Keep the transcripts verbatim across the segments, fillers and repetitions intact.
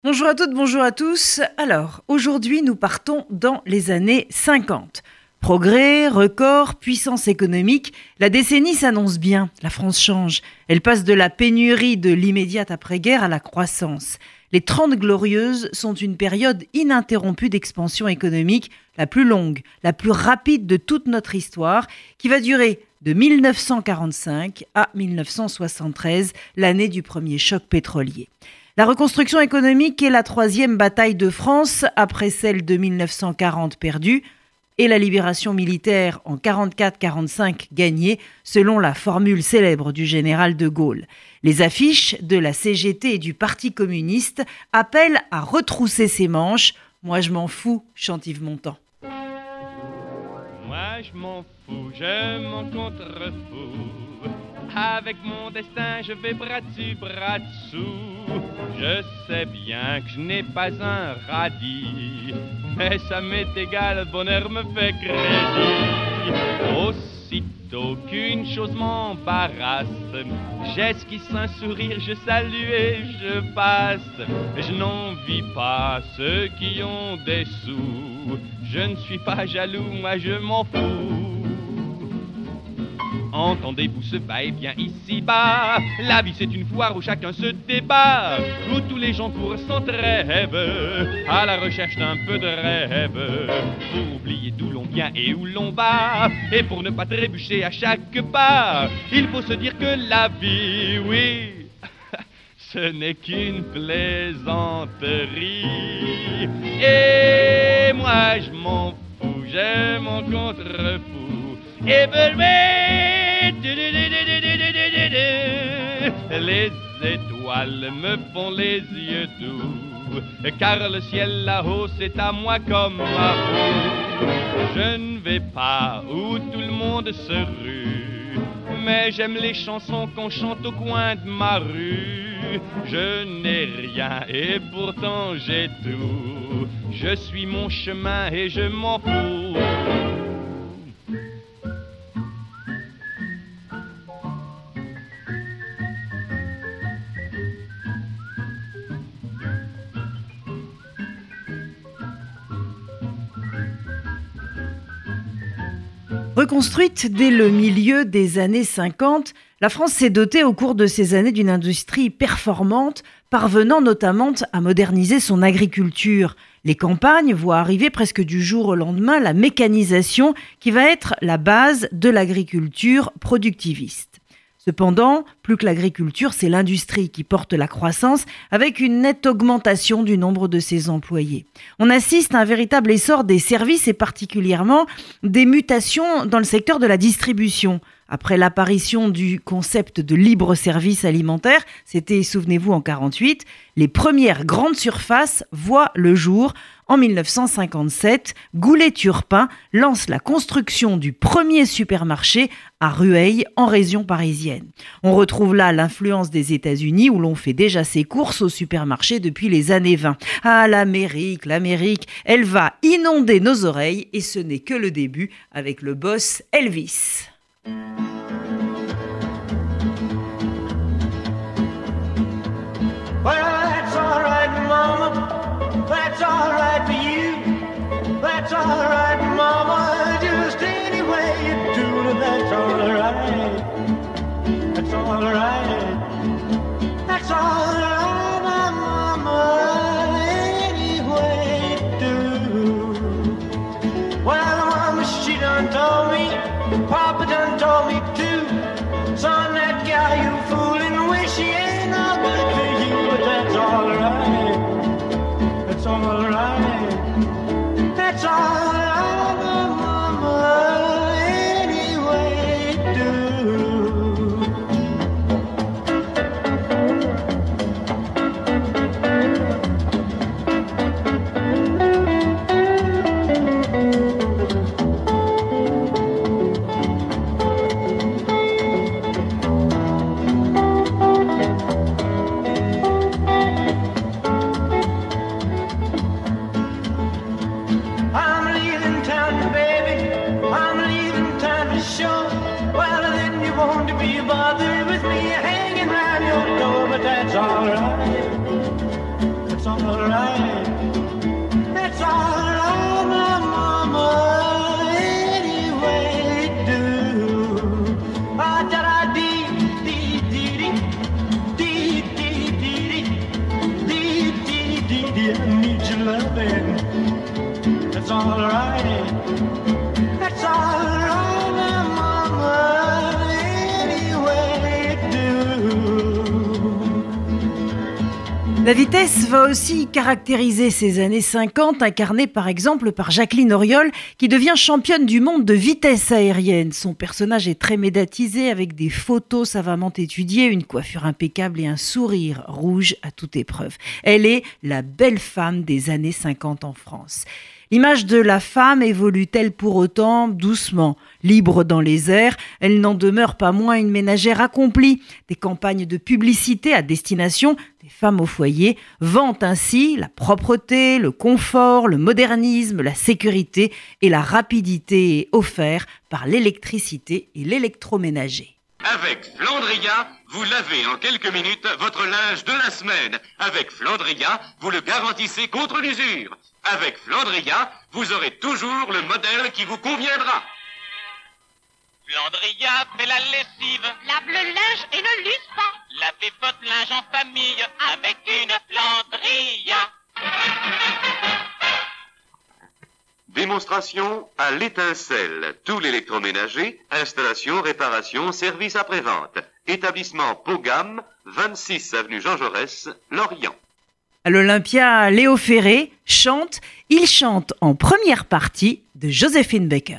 Bonjour à toutes, bonjour à tous. Alors, aujourd'hui, nous partons dans les années cinquante. Progrès, record, puissance économique, la décennie s'annonce bien. La France change. Elle passe de la pénurie de l'immédiate après-guerre à la croissance. Les Trente Glorieuses sont une période ininterrompue d'expansion économique, la plus longue, la plus rapide de toute notre histoire, qui va durer de mille neuf cent quarante-cinq à mille neuf cent soixante-treize, l'année du premier choc pétrolier. La reconstruction économique est la troisième bataille de France après celle de mille neuf cent quarante perdue et la libération militaire en quarante-quatre quarante-cinq gagnée selon la formule célèbre du général de Gaulle. Les affiches de la C G T et du Parti communiste appellent à retrousser ses manches. Moi je m'en fous, chante Yves Montand. Moi je m'en fous, je m'en contrefous. Avec mon destin, je vais bras dessus, bras dessous. Je sais bien que je n'ai pas un radis, mais ça m'est égal, le bonheur me fait crédit. Aussitôt qu'une chose m'embarrasse, j'esquisse un sourire, je salue et je passe. Je n'envie pas ceux qui ont des sous, je ne suis pas jaloux, moi je m'en fous. Entendez-vous ce va-et-vient ici-bas? La vie c'est une foire où chacun se débat, où tous les gens courent sans trêve, à la recherche d'un peu de rêve, pour oublier d'où l'on vient et où l'on va, et pour ne pas trébucher à chaque pas. Il faut se dire que la vie, oui, ce n'est qu'une plaisanterie. Et moi je m'en fous, je m'en contrefous. Évoluer, les étoiles me font les yeux doux, car le ciel là-haut c'est à moi comme à vous. Je ne vais pas où tout le monde se rue, mais j'aime les chansons qu'on chante au coin de ma rue. Je n'ai rien et pourtant j'ai tout, je suis mon chemin et je m'en fous. Reconstruite dès le milieu des années cinquante, la France s'est dotée au cours de ces années d'une industrie performante, parvenant notamment à moderniser son agriculture. Les campagnes voient arriver presque du jour au lendemain la mécanisation qui va être la base de l'agriculture productiviste. Cependant, plus que l'agriculture, c'est l'industrie qui porte la croissance avec une nette augmentation du nombre de ses employés. On assiste à un véritable essor des services et particulièrement des mutations dans le secteur de la distribution. Après l'apparition du concept de libre-service alimentaire, c'était, souvenez-vous, en quarante-huit, les premières grandes surfaces voient le jour. En mille neuf cent cinquante-sept, Goulet-Turpin lance la construction du premier supermarché à Rueil, en région parisienne. On retrouve là l'influence des États-Unis où l'on fait déjà ses courses au supermarché depuis les années vingt. Ah, l'Amérique, l'Amérique, elle va inonder nos oreilles et ce n'est que le début avec le boss Elvis. Well, that's all right, Mama. That's all right for you. That's all right, Mama. Just any way you do it, that's all right. That's all right. That's all right, Mama. Any way you do. Well, Mama, she done told me. Papa done told me too. Son, that gal you fooling with, she ain't no good for you. But that's all right. That's all right. That's all right, Mama. Any way you do. alright. That's alright, my mama, any way you do. Ah, da da dee dee dee dee dee dee dee dee dee dee. I need your loving. That's alright. That's alright, my mama, any way you do. La vitesse va aussi caractériser ces années cinquante, incarnées par exemple par Jacqueline Auriol, qui devient championne du monde de vitesse aérienne. Son personnage est très médiatisé, avec des photos savamment étudiées, une coiffure impeccable et un sourire rouge à toute épreuve. Elle est la belle femme des années cinquante en France. L'image de la femme évolue-t-elle pour autant doucement? Libre dans les airs, elle n'en demeure pas moins une ménagère accomplie. Des campagnes de publicité à destination des femmes au foyer vantent ainsi la propreté, le confort, le modernisme, la sécurité et la rapidité offerts par l'électricité et l'électroménager. Avec Flandria, vous lavez en quelques minutes votre linge de la semaine. Avec Flandria, vous le garantissez contre l'usure. Avec Flandria, vous aurez toujours le modèle qui vous conviendra. Flandria fait la lessive, Lave le linge et ne l'use pas. lavez votre linge en famille avec une Flandria. Démonstration à l'étincelle. Tout l'électroménager, installation, réparation, service après-vente. Établissement Pogam, vingt-six avenue Jean Jaurès, Lorient. À l'Olympia, Léo Ferré chante. Il chante en première partie de Joséphine Baker.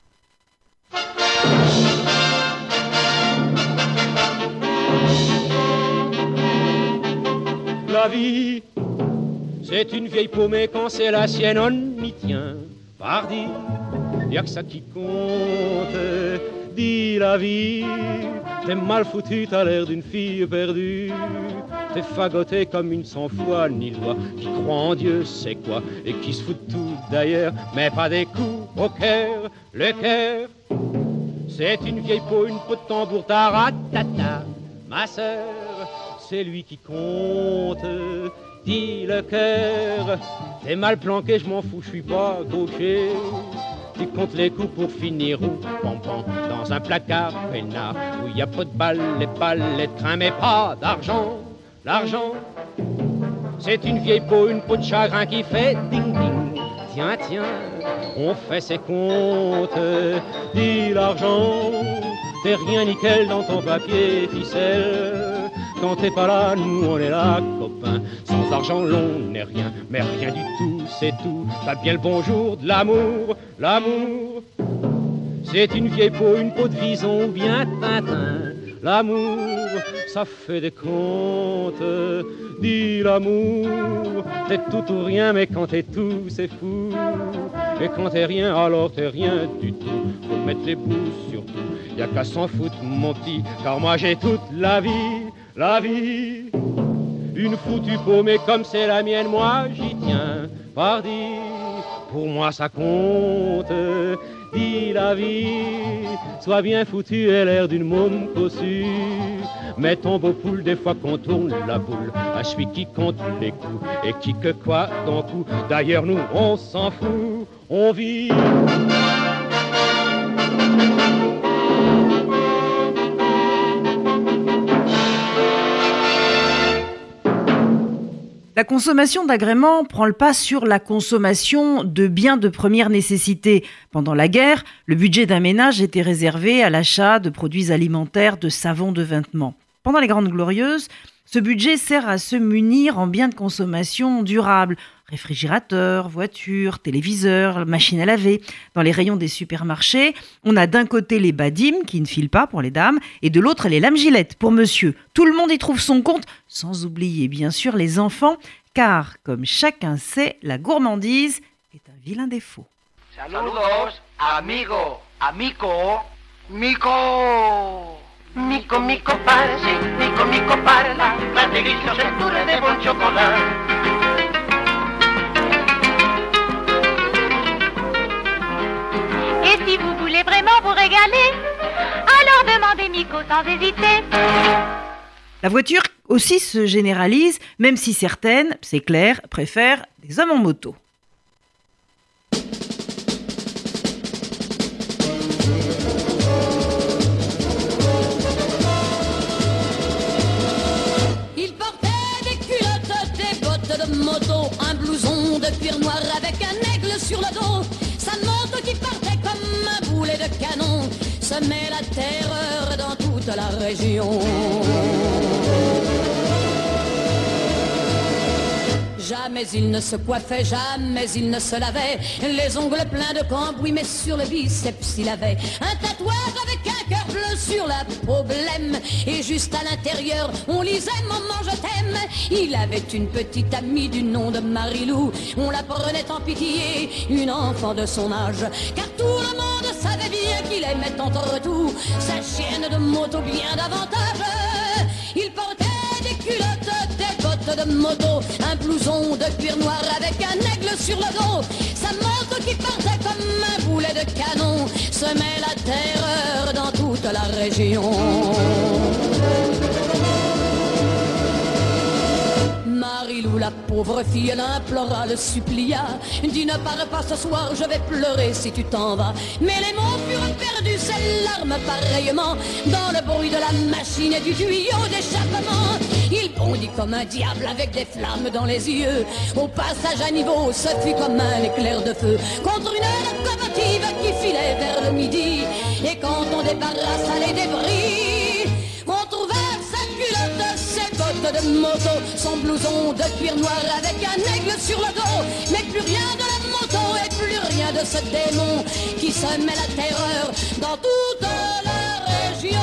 La vie, c'est une vieille paumée quand c'est la sienne, on y tient. Pardi, y'a que ça qui compte. Dis la vie, t'es mal foutu, t'as l'air d'une fille perdue. T'es fagoté comme une sans foi ni loi, qui croit en Dieu, c'est quoi, et qui se fout de tout d'ailleurs, mais pas des coups au cœur. Le cœur, c'est une vieille peau, une peau de tambour, taratata. Ma sœur, c'est lui qui compte. Dis le cœur, t'es mal planqué, je m'en fous, je suis pas gaucher. Tu comptes les coups pour finir où, pam pam, dans un placard peinard où y a pas de balles, les balles, les trains, mais pas d'argent. L'argent, c'est une vieille peau, une peau de chagrin qui fait ding ding. Tiens, tiens, on fait ses comptes. Dis l'argent, t'es rien nickel dans ton papier ficelle. Quand t'es pas là, nous on est là, copains. Sans argent, l'on n'est rien, mais rien du tout, c'est tout. T'as bien le bonjour de l'amour, l'amour. C'est une vieille peau, une peau de vison ou bien Tintin. L'amour, ça fait des comptes. Dis l'amour, t'es tout ou rien, mais quand t'es tout, c'est fou. Et quand t'es rien, alors t'es rien du tout. Faut mettre les bouts sur tout, y'a qu'à s'en foutre, mon petit, car moi j'ai toute la vie. La vie, une foutue peau, mais comme c'est la mienne, moi j'y tiens. Pardi, pour moi ça compte. Dis la vie, sois bien foutu et l'air d'une môme cossue. Mais ton beau poule, des fois qu'on tourne la boule à celui qui compte les coups et qui que quoi ton coup. D'ailleurs nous on s'en fout, on vit. La consommation d'agréments prend le pas sur la consommation de biens de première nécessité. Pendant la guerre, le budget d'un ménage était réservé à l'achat de produits alimentaires, de savon, de vêtements. Pendant les Grandes Glorieuses, ce budget sert à se munir en biens de consommation durables. Réfrigérateurs, voitures, téléviseurs, machines à laver. Dans les rayons des supermarchés, on a d'un côté les badimes qui ne filent pas pour les dames et de l'autre les lames-gilettes pour monsieur. Tout le monde y trouve son compte, sans oublier bien sûr les enfants, car comme chacun sait, la gourmandise est un vilain défaut. Saludos, amigo, amico, mico. Mico, mico, parsi, mico, mico, parla, la deliciosa cintura de bon chocolat. Et si vous voulez vraiment vous régaler, alors demandez Mico sans hésiter. La voiture aussi se généralisent, même si certaines, c'est clair, préfèrent des hommes en moto. Il portait des culottes, des bottes de moto, un blouson de cuir noir avec un aigle sur le dos. Sa moto qui partait comme un boulet de canon semait la terreur dans toute la région. Jamais il ne se coiffait, jamais il ne se lavait, les ongles pleins de cambouis, mais sur le biceps il avait un tatouage avec un cœur bleu sur la peau blême. Et juste à l'intérieur, on lisait « Maman, je t'aime ». Il avait une petite amie du nom de Marilou, on la prenait en pitié, une enfant de son âge, car tout le monde savait bien qu'il aimait entre tout sa chienne de moto bien davantage. Il portait des culottes, des bottes de moto, un blouson de cuir noir avec un aigle sur le dos. Sa moto qui partait comme un boulet de canon semait la terreur dans toute la région. Marilou, la pauvre fille, elle implora, le supplia. Dis ne pars pas ce soir, je vais pleurer si tu t'en vas. Mais les mots furent perdus, ses larmes pareillement, dans le bruit de la machine et du tuyau d'échappement. Il bondit comme un diable avec des flammes dans les yeux. Au passage à niveau, ce fut comme un éclair de feu contre une locomotive qui filait vers le midi. Et quand on débarrassa les débris, on trouva sa culotte, ses bottes de moto, son blouson de cuir noir avec un aigle sur le dos. Mais plus rien de la moto et plus rien de ce démon qui semait la terreur dans toute la région.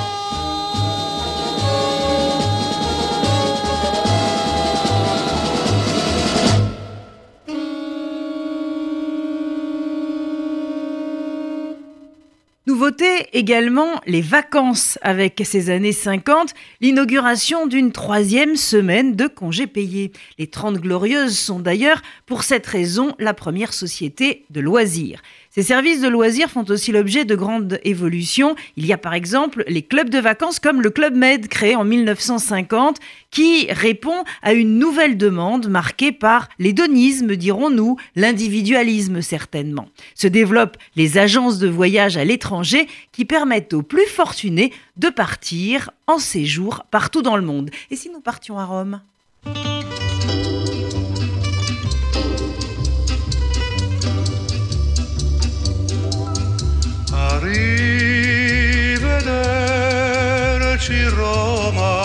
Nouveauté également, les vacances avec ces années cinquante, l'inauguration d'une troisième semaine de congés payés. Les Trente Glorieuses sont d'ailleurs, pour cette raison, la première société de loisirs. Ces services de loisirs font aussi l'objet de grandes évolutions. Il y a par exemple les clubs de vacances comme le Club Med, créé en mille neuf cent cinquante, qui répond à une nouvelle demande marquée par l'hédonisme, dirons-nous, l'individualisme certainement. Se développent les agences de voyage à l'étranger qui permettent aux plus fortunés de partir en séjour partout dans le monde. Et si nous partions à Rome ? Arrivederci Roma,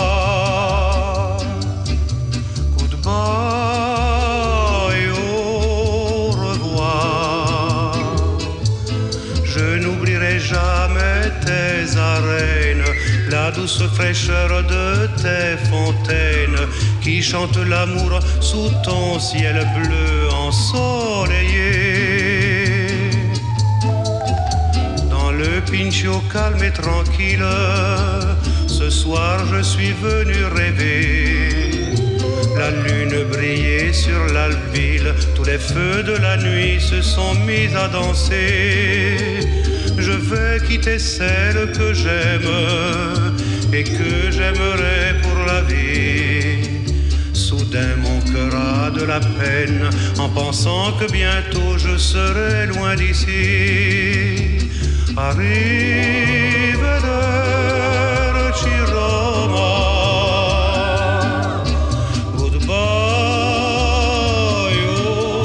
goodbye, au revoir. Je n'oublierai jamais tes arènes, la douce fraîcheur de tes fontaines qui chantent l'amour sous ton ciel bleu ensoleillé. Le Pincio calme et tranquille, ce soir je suis venu rêver. La lune brillait sur l'Alpeville, tous les feux de la nuit se sont mis à danser. Je vais quitter celle que j'aime et que j'aimerai pour la vie. Soudain mon cœur a de la peine en pensant que bientôt je serai loin d'ici. Arrivederci Roma, goodbye, au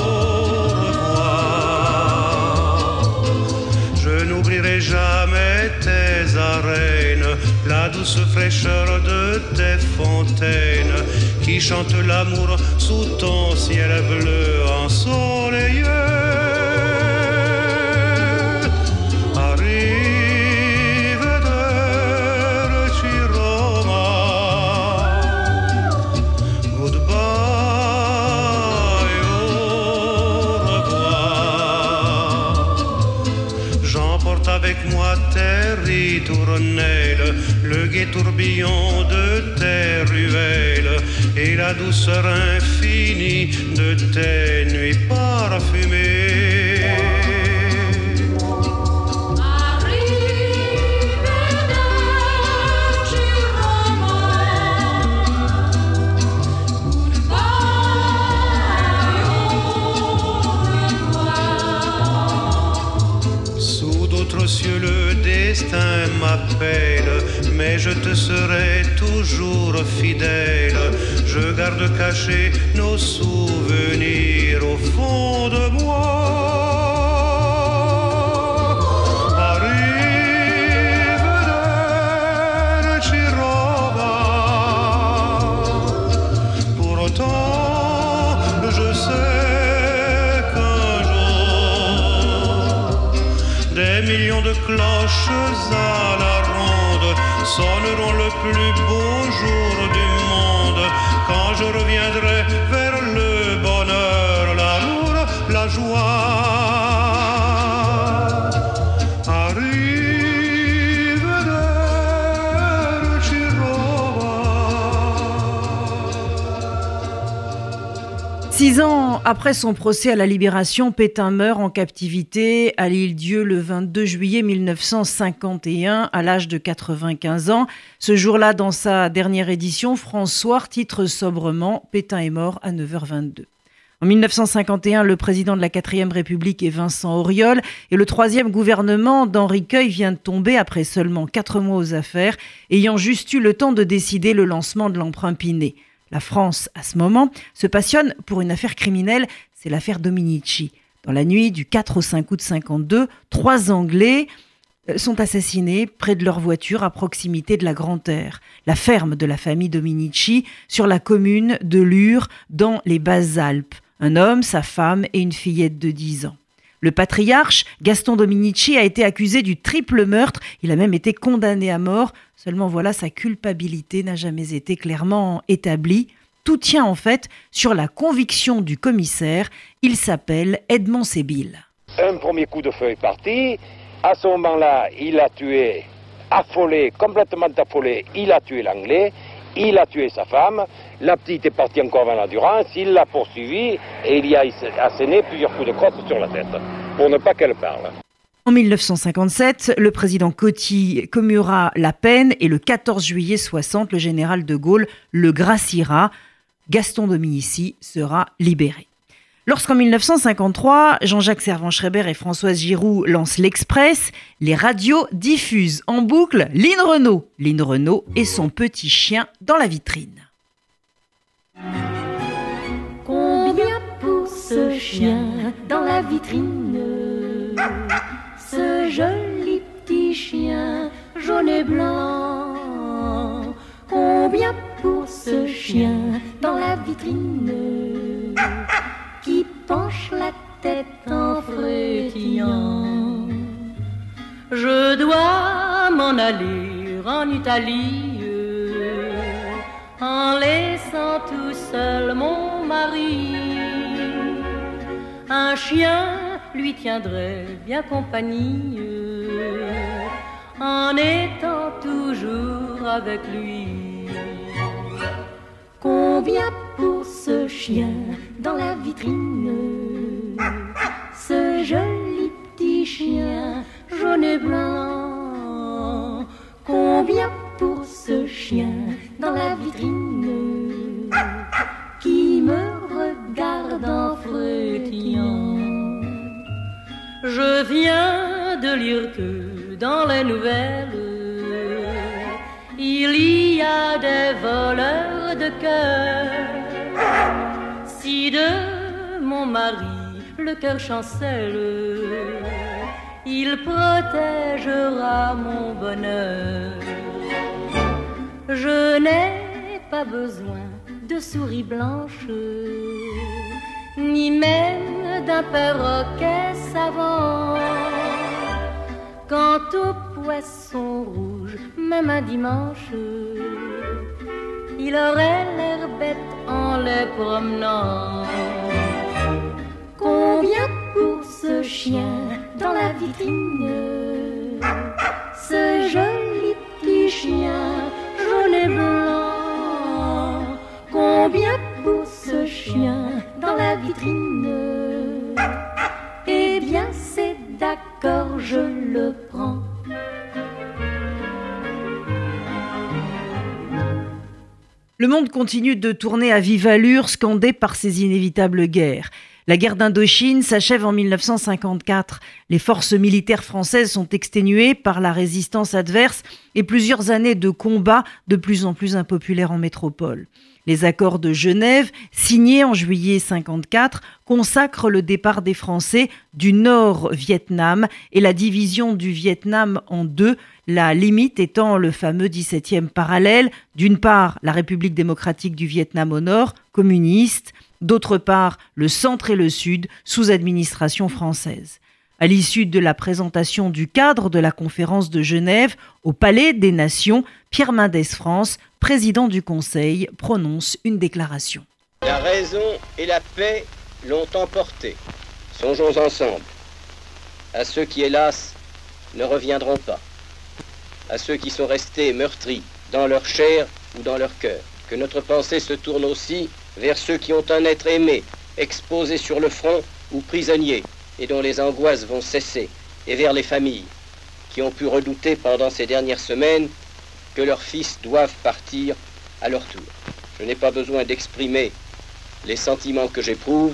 revoir. Je n'oublierai jamais tes arènes, la douce fraîcheur de tes fontaines qui chantent l'amour sous ton ciel bleu ensoleillé. Avec moi tes ritournelles, le gai tourbillon de tes ruelles et la douceur infinie de tes nuits parfumées. Arrivederci Roma, m'appelle, mais je te serai toujours fidèle. Je garde cachés nos souvenirs au fond de moi. Arrive ci roba. Pour autant, je sais qu'un jour, des millions de cloches à la ronde sonneront le plus beau jour du monde, quand je reviendrai vers le bonheur, l'amour, la joie. Arrivederci roba. Six ans après son procès à la Libération, Pétain meurt en captivité à l'Île-Dieu le vingt-deux juillet mille neuf cent cinquante et un, à l'âge de quatre-vingt-quinze ans. Ce jour-là, dans sa dernière édition, François titre sobrement « Pétain est mort à neuf heures vingt-deux ». En mille neuf cent cinquante et un, le président de la quatrième République est Vincent Auriol et le troisième gouvernement d'Henri Queuille vient de tomber après seulement quatre mois aux affaires, ayant juste eu le temps de décider le lancement de l'emprunt Pinet. La France, à ce moment, se passionne pour une affaire criminelle, c'est l'affaire Dominici. Dans la nuit du quatre au cinq août cinquante-deux, trois Anglais sont assassinés près de leur voiture à proximité de la Grande-Terre, la ferme de la famille Dominici, sur la commune de Lure, dans les Basses-Alpes. Un homme, sa femme et une fillette de dix ans. Le patriarche, Gaston Dominici, a été accusé du triple meurtre. Il a même été condamné à mort. Seulement voilà, sa culpabilité n'a jamais été clairement établie. Tout tient en fait sur la conviction du commissaire. Il s'appelle Edmond Sébille. Un premier coup de feu est parti. À ce moment-là, il a tué, affolé, complètement affolé, il a tué l'Anglais. Il a tué sa femme, la petite est partie encore vers l'endurance, il l'a poursuivi et il y a asséné plusieurs coups de crosse sur la tête, pour ne pas qu'elle parle. En mille neuf cent cinquante-sept, le président Coty commuera la peine et le quatorze juillet soixante, le général de Gaulle le graciera. Gaston Dominici sera libéré. Lorsqu'en mille neuf cent cinquante-trois, Jean-Jacques Servan-Schreiber et Françoise Giroud lancent l'Express, les radios diffusent en boucle Lynn Renaud. Lynn Renaud et son petit chien dans la vitrine. Combien pour ce chien dans la vitrine? Ce joli petit chien jaune et blanc. Combien pour ce chien dans la vitrine? Qui penche la tête en frétillant. Je dois m'en aller en Italie, en laissant tout seul mon mari. Un chien lui tiendrait bien compagnie, en étant toujours avec lui. Combien pour ce chien dans la vitrine? Ce joli petit chien jaune et blanc. Combien pour ce chien dans la vitrine? Qui me regarde en frétillant. Je viens de lire que dans les nouvelles il y a des voleurs de cœur. Si de mon mari le cœur chancelle, il protégera mon bonheur. Je n'ai pas besoin de souris blanches, ni même d'un perroquet savant. Quant au poisson rouge, même un dimanche, il aurait l'air bête en les promenant. Combien pour ce chien dans la vitrine? Ce joli petit chien jaune et blanc. Combien pour ce chien dans la vitrine? Eh bien c'est d'accord, je le prends. Le monde continue de tourner à vive allure, scandé par ces inévitables guerres. La guerre d'Indochine s'achève en mille neuf cent cinquante-quatre. Les forces militaires françaises sont exténuées par la résistance adverse et plusieurs années de combats de plus en plus impopulaires en métropole. Les accords de Genève, signés en juillet cinquante-quatre, consacrent le départ des Français du Nord-Vietnam et la division du Vietnam en deux, la limite étant le fameux dix-septième parallèle, d'une part la République démocratique du Vietnam au nord, communiste, d'autre part le centre et le sud, sous administration française. À l'issue de la présentation du cadre de la conférence de Genève au Palais des Nations, Pierre Mendès France, président du Conseil, prononce une déclaration. La raison et la paix l'ont emporté. Songeons ensemble à ceux qui, hélas, ne reviendront pas, à ceux qui sont restés meurtris dans leur chair ou dans leur cœur. Que notre pensée se tourne aussi vers ceux qui ont un être aimé, exposé sur le front ou prisonnier, et dont les angoisses vont cesser, et vers les familles qui ont pu redouter pendant ces dernières semaines que leurs fils doivent partir à leur tour. Je n'ai pas besoin d'exprimer les sentiments que j'éprouve,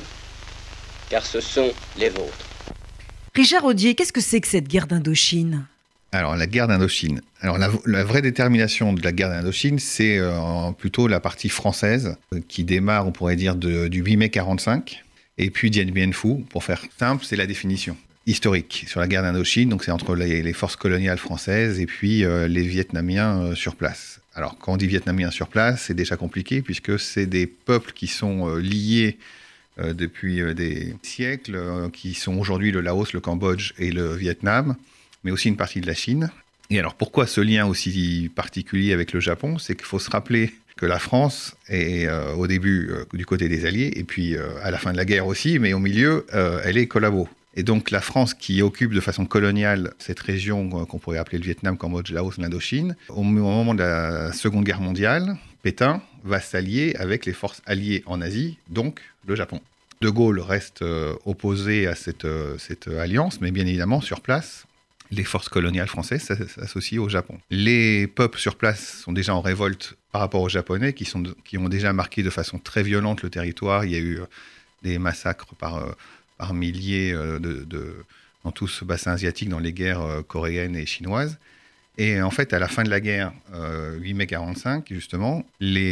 car ce sont les vôtres. Richard Audier, qu'est-ce que c'est que cette guerre d'Indochine ? Alors, la guerre d'Indochine. Alors, la, la vraie détermination de la guerre d'Indochine, c'est euh, plutôt la partie française, euh, qui démarre, on pourrait dire, de, du huit mai quarante-cinq, et puis Dien Bien Phu. Pour faire simple, c'est la définition historique sur la guerre d'Indochine. Donc, c'est entre les, les forces coloniales françaises et puis euh, les Vietnamiens euh, sur place. Alors, quand on dit Vietnamiens sur place, c'est déjà compliqué, puisque c'est des peuples qui sont euh, liés euh, depuis euh, des siècles, euh, qui sont aujourd'hui le Laos, le Cambodge et le Vietnam, mais aussi une partie de la Chine. Et alors, pourquoi ce lien aussi particulier avec le Japon ? C'est qu'il faut se rappeler que la France est euh, au début euh, du côté des Alliés, et puis euh, à la fin de la guerre aussi, mais au milieu, euh, elle est collabo. Et donc la France qui occupe de façon coloniale cette région euh, qu'on pourrait appeler le Vietnam, Cambodge, Laos, l'Indochine, au, au moment de la Seconde Guerre mondiale, Pétain va s'allier avec les forces alliées en Asie, donc le Japon. De Gaulle reste euh, opposé à cette, euh, cette alliance, mais bien évidemment, sur place, les forces coloniales françaises s'associent au Japon. Les peuples sur place sont déjà en révolte par rapport aux Japonais, qui, sont, qui ont déjà marqué de façon très violente le territoire. Il y a eu des massacres par, par milliers de, de, dans tout ce bassin asiatique, dans les guerres coréennes et chinoises. Et en fait, à la fin de la guerre, euh, huit mai quarante-cinq, justement,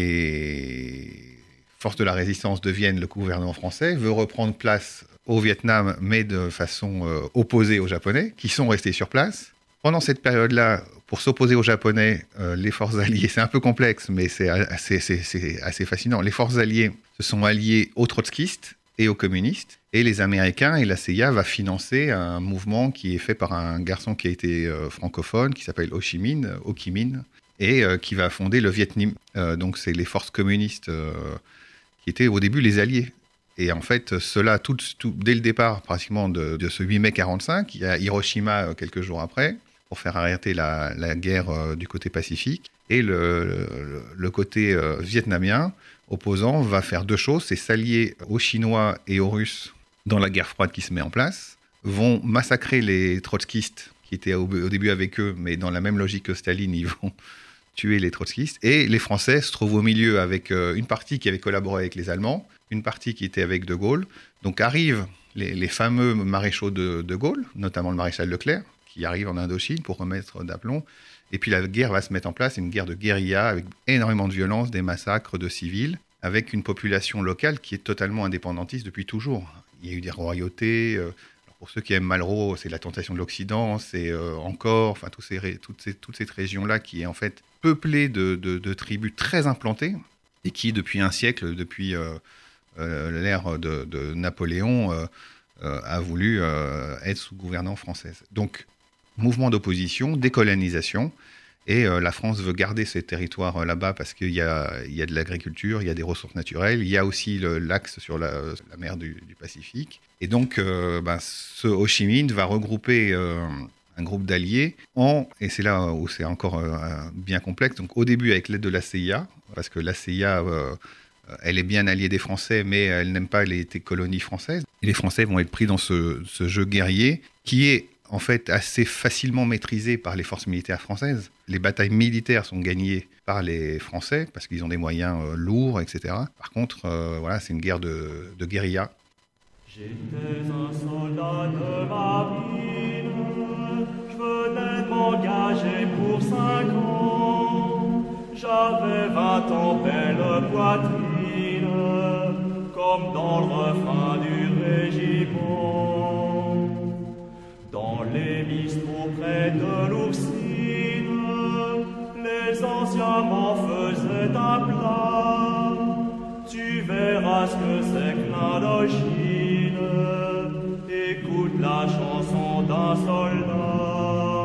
les forces de la résistance deviennent le gouvernement français, veut reprendre place au Vietnam, mais de façon euh, opposée aux Japonais, qui sont restés sur place. Pendant cette période-là, pour s'opposer aux Japonais, euh, les forces alliées, c'est un peu complexe, mais c'est assez, c'est, c'est assez fascinant. Les forces alliées se sont alliées aux trotskistes et aux communistes, et les Américains et la C I A va financer un mouvement qui est fait par un garçon qui a été euh, francophone, qui s'appelle Ho Chi Minh, Ho Chi Minh, et euh, qui va fonder le Viet Minh. Euh, donc c'est les forces communistes euh, qui étaient au début les alliés. Et en fait, cela, tout, tout, dès le départ pratiquement de, de ce huit mai quarante-cinq, il y a Hiroshima quelques jours après, pour faire arrêter la, la guerre euh, du côté pacifique. Et le, le, le côté euh, vietnamien opposant va faire deux choses, c'est s'allier aux Chinois et aux Russes dans la guerre froide qui se met en place, vont massacrer les trotskistes qui étaient au, au début avec eux, mais dans la même logique que Staline, ils vont tuer les trotskistes. Et les Français se trouvent au milieu avec euh, une partie qui avait collaboré avec les Allemands, une partie qui était avec De Gaulle. Donc arrivent les, les fameux maréchaux de, de Gaulle, notamment le maréchal Leclerc, qui arrive en Indochine pour remettre d'aplomb. Et puis la guerre va se mettre en place, une guerre de guérilla avec énormément de violence, des massacres de civils, avec une population locale qui est totalement indépendantiste depuis toujours. Il y a eu des royautés. Euh, pour ceux qui aiment Malraux, c'est la tentation de l'Occident, c'est euh, encore, enfin tous ces, toutes, ces, toute cette région-là qui est en fait peuplée de, de, de tribus très implantées et qui, depuis un siècle, depuis euh, euh, l'ère de, de Napoléon, euh, euh, a voulu euh, être sous gouvernance française. Donc, mouvement d'opposition, décolonisation, et euh, la France veut garder ces territoires euh, là-bas parce qu'il y a, il y a de l'agriculture, il y a des ressources naturelles, il y a aussi le, l'axe sur la, la mer du, du Pacifique. Et donc, euh, ben, ce Ho Chi Minh va regrouper euh, un groupe d'alliés en, et c'est là où c'est encore euh, bien complexe, donc au début avec l'aide de la C I A, parce que la C I A, euh, elle est bien alliée des Français, mais elle n'aime pas les colonies françaises. Et les Français vont être pris dans ce, ce jeu guerrier qui est en fait assez facilement maîtrisé par les forces militaires françaises. Les batailles militaires sont gagnées par les Français parce qu'ils ont des moyens euh, lourds, et cetera. Par contre, euh, voilà, c'est une guerre de, de guérilla. J'étais un soldat de marine, je venais de m'engager pour cinq ans. J'avais vingt ans, belle poitrine, comme dans le refrain du régiment. Dans les bistrots près de l'Oursine, les anciens m'en faisaient un plat. Tu verras ce que c'est que l'Indochine. Écoute la chanson d'un soldat.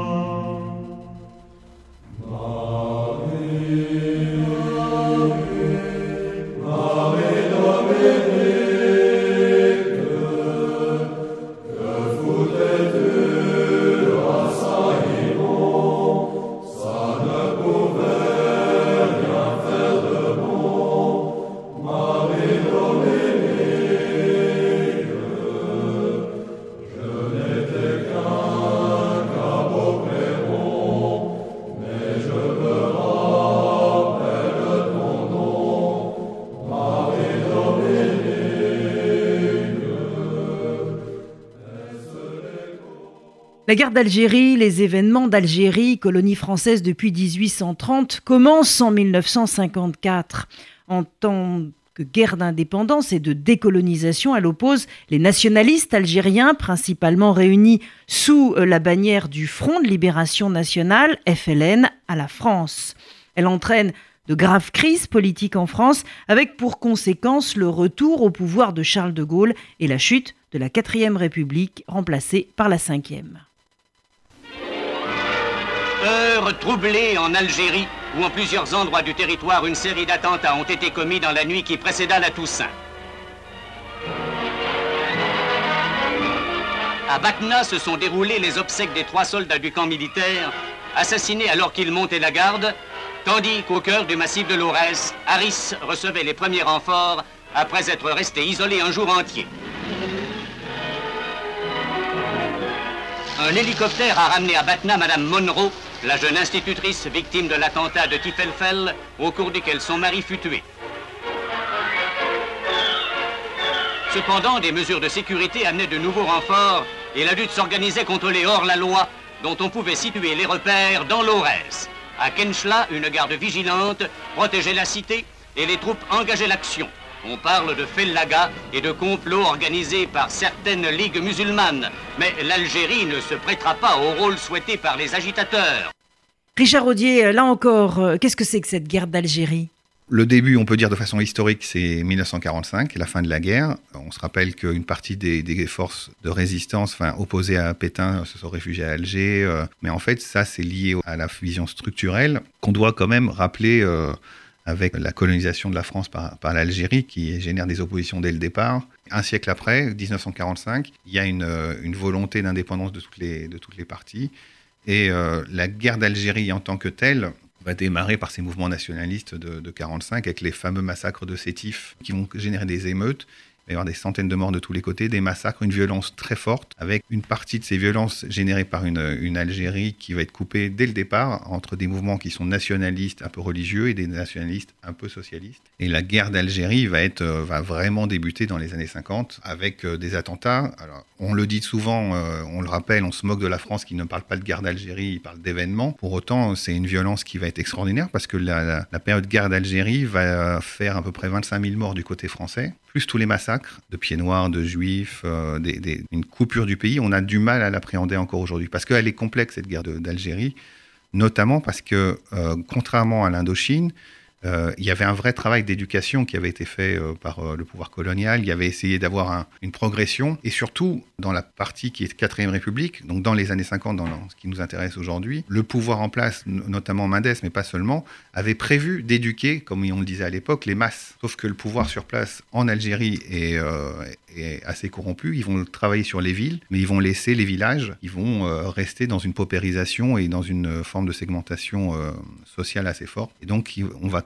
Marie, Marie, Marie Dominique, que foutais-tu à Saint-Yvon? Ça ne pouvait rien faire de bon. Marie Dominique, je n'étais qu'un cabot clairon, mais je me rappelle ton nom. Marie Dominique, est-ce l'écho? La guerre d'Algérie, les événements d'Algérie, colonie française depuis dix-huit cent trente, commencent en mille neuf cent cinquante-quatre. En tant que guerre d'indépendance et de décolonisation, elle oppose les nationalistes algériens, principalement réunis sous la bannière du Front de Libération Nationale, F L N, à la France. Elle entraîne de graves crises politiques en France, avec pour conséquence le retour au pouvoir de Charles de Gaulle et la chute de la quatrième République, remplacée par la cinquième. Heure troublée en Algérie, où en plusieurs endroits du territoire une série d'attentats ont été commis dans la nuit qui précéda la Toussaint. À Batna se sont déroulées les obsèques des trois soldats du camp militaire, assassinés alors qu'ils montaient la garde, tandis qu'au cœur du massif de l'Aurès, Harris recevait les premiers renforts après être resté isolé un jour entier. Un hélicoptère a ramené à Batna Madame Monroe, la jeune institutrice victime de l'attentat de Tiffelfel, au cours duquel son mari fut tué. Cependant, des mesures de sécurité amenaient de nouveaux renforts et la lutte s'organisait contre les hors-la-loi, dont on pouvait situer les repères dans l'Aurès. À Kenchla, une garde vigilante protégeait la cité et les troupes engageaient l'action. On parle de fellaga et de complots organisés par certaines ligues musulmanes. Mais l'Algérie ne se prêtera pas au rôle souhaité par les agitateurs. Richard Audier, là encore, qu'est-ce que c'est que cette guerre d'Algérie ? Le début, on peut dire de façon historique, c'est mille neuf cent quarante-cinq, la fin de la guerre. On se rappelle qu'une partie des, des forces de résistance, enfin opposées à Pétain, se sont réfugiées à Alger. Euh, mais en fait, ça, c'est lié à la vision structurelle qu'on doit quand même rappeler euh, avec la colonisation de la France par, par l'Algérie, qui génère des oppositions dès le départ. Un siècle après, dix-neuf cent quarante-cinq, il y a une, une volonté d'indépendance de toutes les, de toutes les parties. Et euh, la guerre d'Algérie en tant que telle va démarrer par ces mouvements nationalistes de, de quarante-cinq, avec les fameux massacres de Sétif, qui vont générer des émeutes. Il va y avoir des centaines de morts de tous les côtés, des massacres, une violence très forte, avec une partie de ces violences générées par une, une Algérie qui va être coupée dès le départ entre des mouvements qui sont nationalistes, un peu religieux, et des nationalistes un peu socialistes. Et la guerre d'Algérie va, être, va vraiment débuter dans les années cinquante avec des attentats. Alors, on le dit souvent, on le rappelle, on se moque de la France qui ne parle pas de guerre d'Algérie, il parle d'événements. Pour autant, c'est une violence qui va être extraordinaire parce que la, la, la période guerre d'Algérie va faire à peu près vingt-cinq mille morts du côté français, plus tous les massacres de pieds noirs, de juifs, euh, des, des, une coupure du pays. On a du mal à l'appréhender encore aujourd'hui parce qu'elle est complexe, cette guerre de, d'Algérie, notamment parce que, euh, contrairement à l'Indochine, Euh, il y avait un vrai travail d'éducation qui avait été fait euh, par euh, le pouvoir colonial. Il y avait essayé d'avoir un, une progression. Et surtout, dans la partie qui est quatrième République, donc dans les années cinquante, dans ce qui nous intéresse aujourd'hui, le pouvoir en place, notamment Mendes, mais pas seulement, avait prévu d'éduquer, comme on le disait à l'époque, les masses. Sauf que le pouvoir sur place en Algérie est, euh, est assez corrompu. Ils vont travailler sur les villes, mais ils vont laisser les villages. Ils vont euh, rester dans une paupérisation et dans une forme de segmentation euh, sociale assez forte. Et donc, on va créer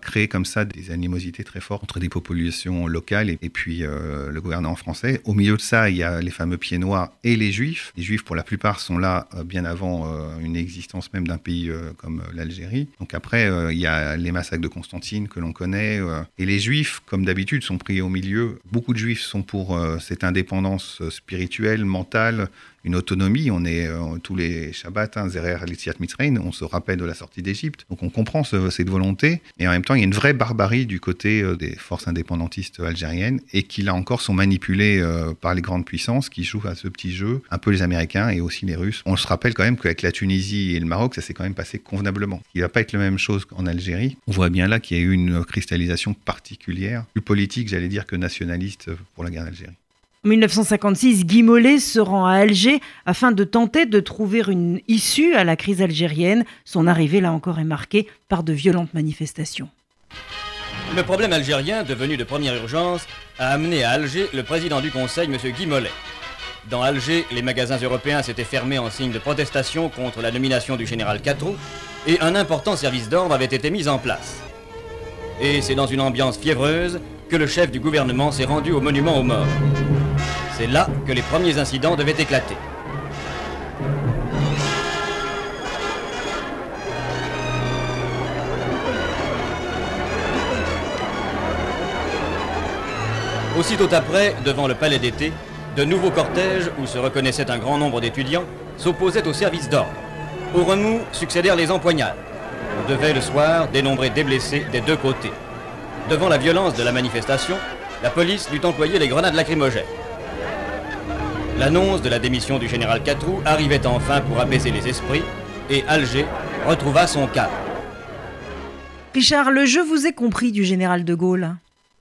créé comme ça des animosités très fortes entre des populations locales et, et puis euh, le gouvernement français. Au milieu de ça, il y a les fameux pieds noirs et les juifs. Les juifs, pour la plupart, sont là euh, bien avant euh, une existence même d'un pays euh, comme euh, l'Algérie. Donc après, euh, il y a les massacres de Constantine que l'on connaît. Euh, et les juifs, comme d'habitude, sont pris au milieu. Beaucoup de juifs sont pour euh, cette indépendance spirituelle, mentale, une autonomie. On est euh, tous les Shabbats, hein, Zerer Litziat Mitzrayim, on se rappelle de la sortie d'Égypte. Donc on comprend ce, cette volonté. Et en même temps, il y a une vraie barbarie du côté euh, des forces indépendantistes algériennes et qui, là encore, sont manipulées euh, par les grandes puissances qui jouent à ce petit jeu, un peu les Américains et aussi les Russes. On se rappelle quand même qu'avec la Tunisie et le Maroc, ça s'est quand même passé convenablement. Il ne va pas être la même chose qu'en Algérie. On voit bien là qu'il y a eu une cristallisation particulière, plus politique, j'allais dire, que nationaliste pour la guerre d'Algérie. En dix-neuf cent cinquante-six, Guy Mollet se rend à Alger afin de tenter de trouver une issue à la crise algérienne. Son arrivée, là encore, est marquée par de violentes manifestations. Le problème algérien, devenu de première urgence, a amené à Alger le président du Conseil, M. Guy Mollet. Dans Alger, les magasins européens s'étaient fermés en signe de protestation contre la nomination du général Catroux et un important service d'ordre avait été mis en place. Et c'est dans une ambiance fiévreuse que le chef du gouvernement s'est rendu au monument aux morts. C'est là que les premiers incidents devaient éclater. Aussitôt après, devant le palais d'été, de nouveaux cortèges, où se reconnaissait un grand nombre d'étudiants, s'opposaient au service d'ordre. Au remous succédèrent les empoignades. On devait le soir dénombrer des blessés des deux côtés. Devant la violence de la manifestation, la police dut employer les grenades lacrymogènes. L'annonce de la démission du général Catroux arrivait enfin pour apaiser les esprits et Alger retrouva son calme. Richard, le « je vous ai compris » du général de Gaulle.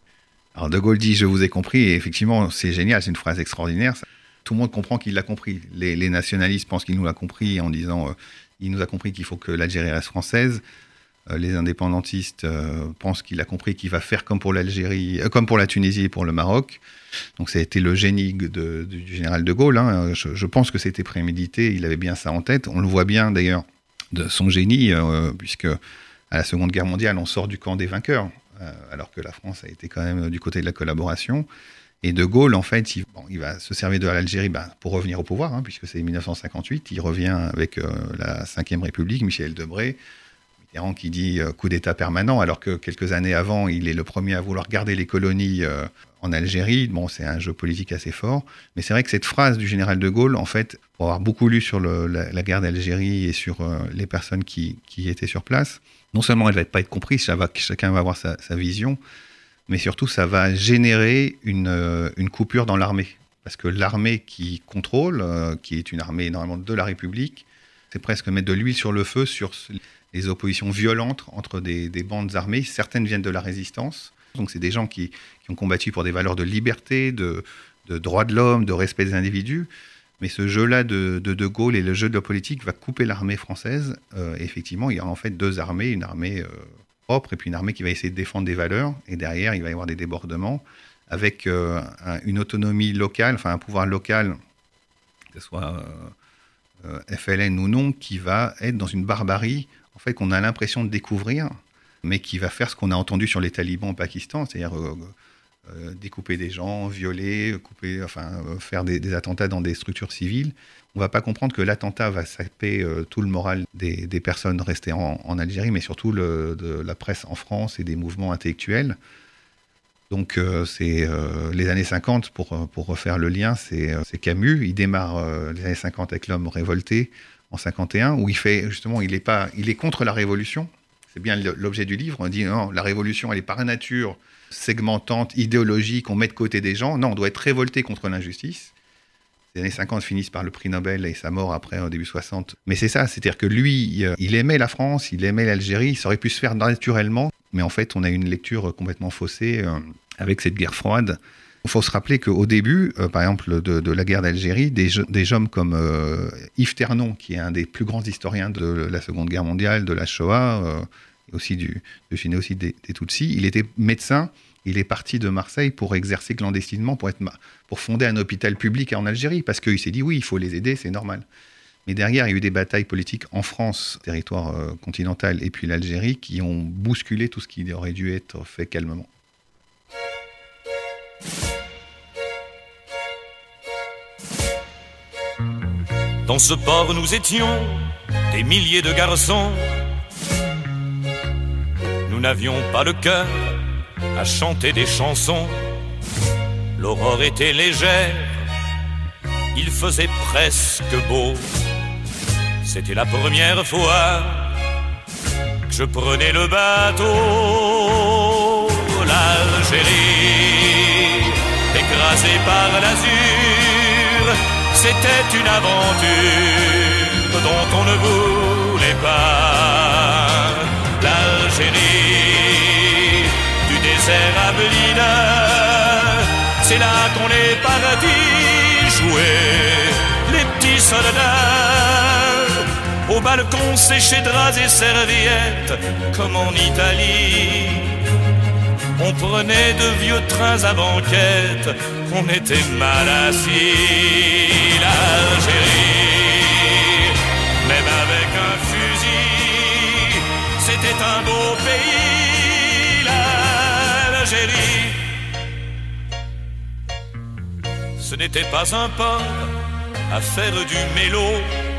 Alors de Gaulle dit « je vous ai compris » et effectivement c'est génial, c'est une phrase extraordinaire. Tout le monde comprend qu'il l'a compris. Les, les nationalistes pensent qu'il nous l'a compris en disant euh, « il nous a compris qu'il faut que l'Algérie reste française ». Les indépendantistes euh, pensent qu'il a compris qu'il va faire comme pour l'Algérie, euh, comme pour la Tunisie et pour le Maroc. Donc ça a été le génie de, de, du général de Gaulle. Hein. Je, je pense que c'était prémédité, il avait bien ça en tête. On le voit bien d'ailleurs de son génie, euh, puisque à la Seconde Guerre mondiale, on sort du camp des vainqueurs, euh, alors que la France a été quand même du côté de la collaboration. Et de Gaulle, en fait, il, bon, il va se servir de l'Algérie ben, pour revenir au pouvoir, hein, puisque c'est dix-neuf cent cinquante-huit. Il revient avec euh, la Cinquième République, Michel Debré, Mitterrand qui dit euh, coup d'État permanent, alors que quelques années avant, il est le premier à vouloir garder les colonies euh, en Algérie. Bon, c'est un jeu politique assez fort. Mais c'est vrai que cette phrase du général de Gaulle, en fait, pour avoir beaucoup lu sur le, la, la guerre d'Algérie et sur euh, les personnes qui, qui étaient sur place, non seulement elle ne va pas être comprise, ça va, chacun va avoir sa, sa vision, mais surtout ça va générer une, euh, une coupure dans l'armée. Parce que l'armée qui contrôle, euh, qui est une armée normalement de la République, c'est presque mettre de l'huile sur le feu sur les oppositions violentes entre des, des bandes armées. Certaines viennent de la résistance. Donc c'est des gens qui, qui ont combattu pour des valeurs de liberté, de, de droits de l'homme, de respect des individus. Mais ce jeu-là de, de De Gaulle et le jeu de la politique va couper l'armée française. Euh, et effectivement, il y a en fait deux armées, une armée euh, propre et puis une armée qui va essayer de défendre des valeurs. Et derrière, il va y avoir des débordements avec euh, un, une autonomie locale, enfin un pouvoir local, que ce soit euh, euh, F L N ou non, qui va être dans une barbarie en fait, qu'on a l'impression de découvrir, mais qui va faire ce qu'on a entendu sur les talibans au Pakistan, c'est-à-dire euh, euh, découper des gens, violer, couper, enfin, euh, faire des, des attentats dans des structures civiles. On ne va pas comprendre que l'attentat va saper euh, tout le moral des, des personnes restées en, en Algérie, mais surtout le, de la presse en France et des mouvements intellectuels. Donc euh, c'est euh, les années cinquante, pour, pour refaire le lien, c'est, euh, c'est Camus. Il démarre euh, les années cinquante avec L'homme révolté, en cinquante et un, où il fait justement, il est pas, il est contre la révolution. C'est bien l'objet du livre. On dit non, la révolution, elle est par nature segmentante, idéologique. On met de côté des gens. Non, on doit être révolté contre l'injustice. Les années cinquante finissent par le prix Nobel et sa mort après au début soixante. Mais c'est ça, c'est-à-dire que lui, il aimait la France, il aimait l'Algérie. Ça aurait pu se faire naturellement, mais en fait, on a une lecture complètement faussée euh, avec cette guerre froide. Il faut se rappeler qu'au début, euh, par exemple, de, de la guerre d'Algérie, des, des hommes comme euh, Yves Ternon, qui est un des plus grands historiens de la Seconde Guerre mondiale, de la Shoah, euh, et aussi du, du génocide des, des Tutsis, il était médecin, il est parti de Marseille pour exercer clandestinement, pour, être, pour fonder un hôpital public en Algérie, parce qu'il s'est dit, oui, il faut les aider, c'est normal. Mais derrière, il y a eu des batailles politiques en France, territoire euh, continental, et puis l'Algérie, qui ont bousculé tout ce qui aurait dû être fait calmement. Dans ce port, nous étions des milliers de garçons. Nous n'avions pas le cœur à chanter des chansons. L'aurore était légère, il faisait presque beau. C'était la première fois que je prenais le bateau. L'Algérie, écrasée par l'azur, c'était une aventure dont on ne voulait pas. L'Algérie, du désert à Blida, c'est là qu'on est parti jouer les petits soldats. Au balcon séché draps et serviettes, comme en Italie. On prenait de vieux trains à banquette, on était mal assis. L'Algérie, même avec un fusil, c'était un beau pays. L'Algérie, ce n'était pas un port à faire du mélo.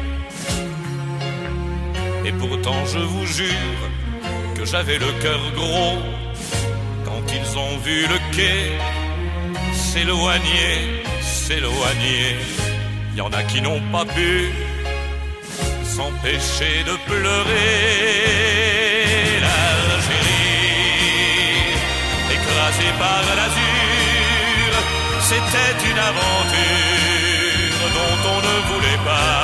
Et pourtant je vous jure que j'avais le cœur gros quand ils ont vu le quai s'éloigner, s'éloigner. Il y en a qui n'ont pas pu s'empêcher de pleurer. L'Algérie, écrasée par l'azur, c'était une aventure dont on ne voulait pas.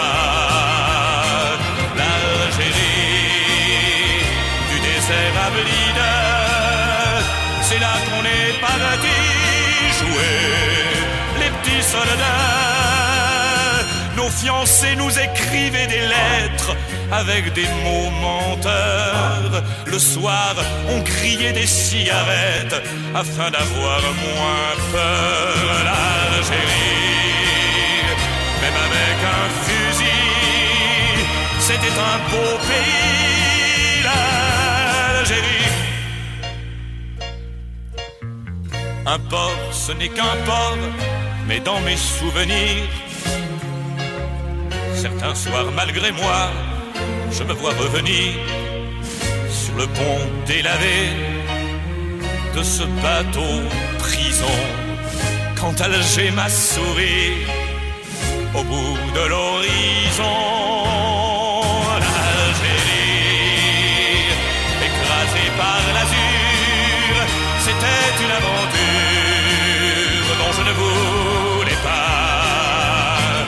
Du désert à Blida, c'est là qu'on est parti jouer les petits soldats. Nos fiancés nous écrivaient des lettres avec des mots menteurs. Le soir, on grillait des cigarettes afin d'avoir moins peur. L'Algérie, même avec un fusil, c'était un beau pays, l'Algérie. Un port, ce n'est qu'un port, mais dans mes souvenirs, certains soirs, malgré moi, je me vois revenir sur le pont délavé de ce bateau prison. Quand Alger m'a souri au bout de l'horizon. Par l'azur, c'était une aventure dont je ne voulais pas.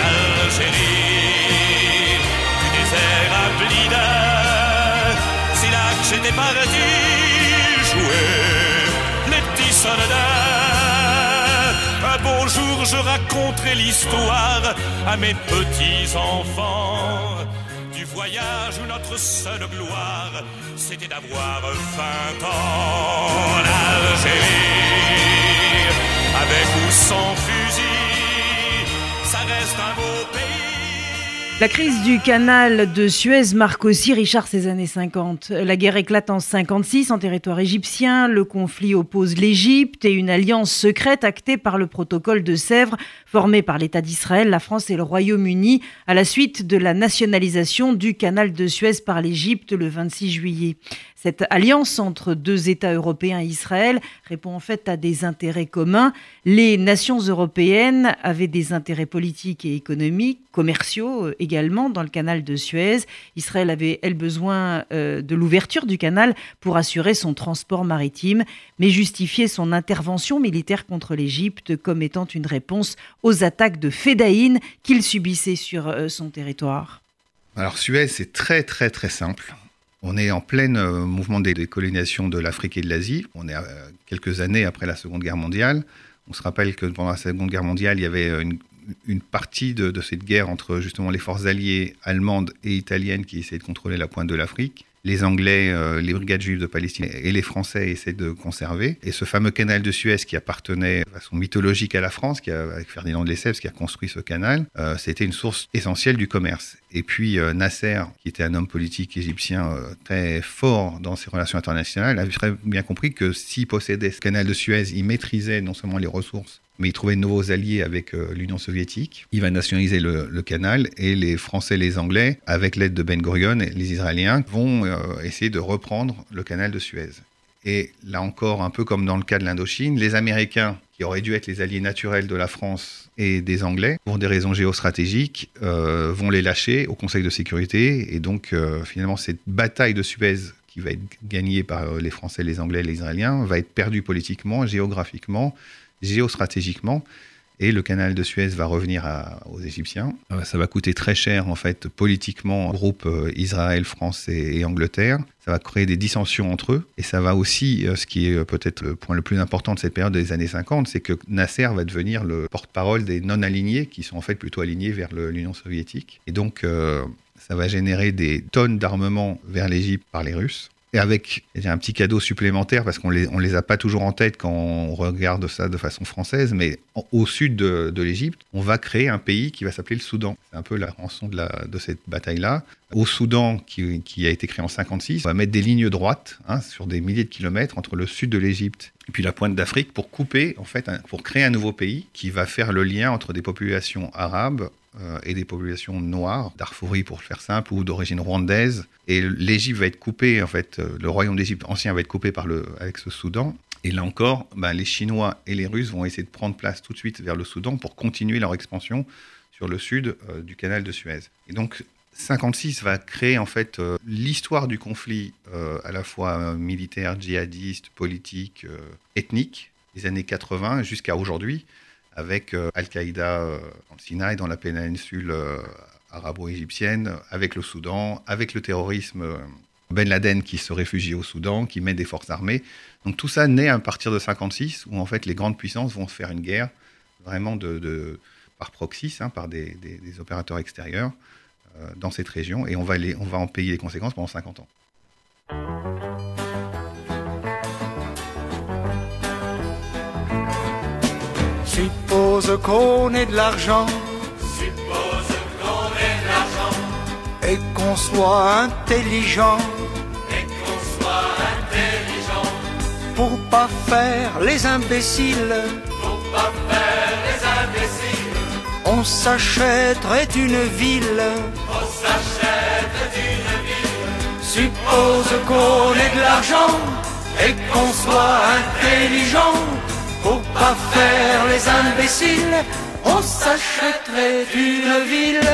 L'Algérie, du désert à Blida, c'est là que j'étais parti jouer les petits soldats. Un beau jour, je raconterai l'histoire à mes petits enfants du voyage où notre seule gloire, c'était d'avoir vingt ans. L'Algérie, avec ou sans fusil, ça reste un beau pays. La crise du canal de Suez marque aussi, Richard, ces années cinquante. La guerre éclate en cinquante-six en territoire égyptien. Le conflit oppose l'Égypte et une alliance secrète actée par le protocole de Sèvres, formé par l'État d'Israël, la France et le Royaume-Uni, à la suite de la nationalisation du canal de Suez par l'Égypte le vingt-six juillet. Cette alliance entre deux États européens et Israël répond en fait à des intérêts communs. Les nations européennes avaient des intérêts politiques et économiques, commerciaux également dans le canal de Suez. Israël avait, elle, besoin euh, de l'ouverture du canal pour assurer son transport maritime, mais justifier son intervention militaire contre l'Égypte comme étant une réponse aux attaques de Fédayine qu'il subissait sur euh, son territoire. Alors Suez, c'est très très très simple. On est en plein euh, mouvement de décolonisation de l'Afrique et de l'Asie. On est euh, quelques années après la Seconde Guerre mondiale. On se rappelle que pendant la Seconde Guerre mondiale, il y avait une, une partie de, de cette guerre entre justement les forces alliées allemandes et italiennes qui essayaient de contrôler la pointe de l'Afrique. les Anglais, euh, les brigades juives de Palestine et les Français essaient de conserver. Et ce fameux canal de Suez qui appartenait de façon mythologique à la France, qui a, avec Ferdinand de Lesseps qui a construit ce canal, euh, c'était une source essentielle du commerce. Et puis euh, Nasser, qui était un homme politique égyptien euh, très fort dans ses relations internationales, avait très bien compris que s'il possédait ce canal de Suez, il maîtrisait non seulement les ressources, mais il trouvait de nouveaux alliés avec euh, l'Union soviétique. Il va nationaliser le, le canal et les Français et les Anglais, avec l'aide de Ben Gurion, et les Israéliens, vont euh, essayer de reprendre le canal de Suez. Et là encore, un peu comme dans le cas de l'Indochine, les Américains, qui auraient dû être les alliés naturels de la France et des Anglais, pour des raisons géostratégiques, euh, vont les lâcher au Conseil de sécurité. Et donc, euh, finalement, cette bataille de Suez, qui va être gagnée par les Français, les Anglais et les Israéliens, va être perdue politiquement, géographiquement, géostratégiquement, et le canal de Suez va revenir à, aux Égyptiens. Euh, ça va coûter très cher, en fait, politiquement, au groupe euh, Israël, France et, et Angleterre. Ça va créer des dissensions entre eux, et ça va aussi, euh, ce qui est euh, peut-être le point le plus important de cette période des années cinquante, c'est que Nasser va devenir le porte-parole des non-alignés, qui sont en fait plutôt alignés vers le, l'Union soviétique. Et donc, euh, ça va générer des tonnes d'armements vers l'Égypte par les Russes. Et avec un petit cadeau supplémentaire, parce qu'on les, on les a pas toujours en tête quand on regarde ça de façon française, mais en, au sud de, de l'Égypte, on va créer un pays qui va s'appeler le Soudan. C'est un peu la rançon de, la, de cette bataille-là. Au Soudan, qui, qui a été créé en cinquante-six, on va mettre des lignes droites hein, sur des milliers de kilomètres entre le sud de l'Égypte et puis la pointe d'Afrique pour couper, en fait, un, pour créer un nouveau pays qui va faire le lien entre des populations arabes euh, et des populations noires, Darfouris pour le faire simple, ou d'origine rwandaise. Et l'Égypte va être coupée, en fait, le royaume d'Égypte ancien va être coupé par le, avec ce Soudan. Et là encore, ben, les Chinois et les Russes vont essayer de prendre place tout de suite vers le Soudan pour continuer leur expansion sur le sud euh, du canal de Suez. Et donc, cinquante-six va créer en fait euh, l'histoire du conflit euh, à la fois euh, militaire, djihadiste, politique, euh, ethnique, des années quatre-vingts jusqu'à aujourd'hui, avec euh, Al-Qaïda euh, dans le Sinaï, dans la péninsule euh, arabo-égyptienne, avec le Soudan, avec le terrorisme, euh, Ben Laden qui se réfugie au Soudan, qui mène des forces armées. Donc tout ça naît à partir de cinquante-six, où en fait les grandes puissances vont se faire une guerre, vraiment de, de, par proxy, hein, par des, des, des opérateurs extérieurs, euh, dans cette région, et on va, les, on va en payer les conséquences pendant cinquante ans. Suppose qu'on ait de l'argent, Suppose qu'on ait de l'argent, et qu'on soit intelligent, et qu'on soit intelligent, pour pas faire les imbéciles, pour pas faire les imbéciles, on s'achèterait une ville. on s'achète une ville. Suppose qu'on ait de l'argent, et qu'on soit intelligent, pour pas faire les imbéciles, on s'achèterait une ville.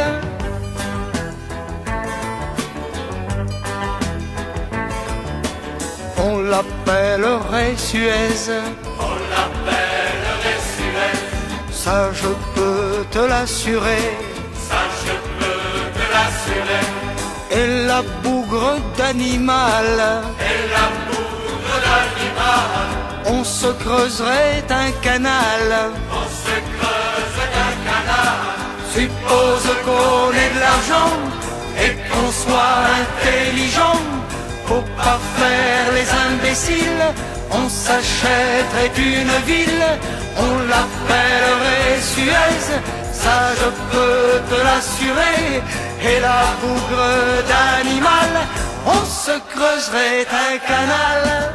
On l'appellerait Suez, On l'appellerait Suez, ça je peux te l'assurer. ça je peux te l'assurer. Et la bougre d'animal, Et la bourre d'animal, on se creuserait un canal. on se creuse un canal. Suppose qu'on ait de l'argent et qu'on soit intelligent, pour pas faire les imbéciles, on s'achèterait une ville, on l'appellerait Suez, ça je peux te l'assurer. Et la bougre d'animal, on se creuserait un canal.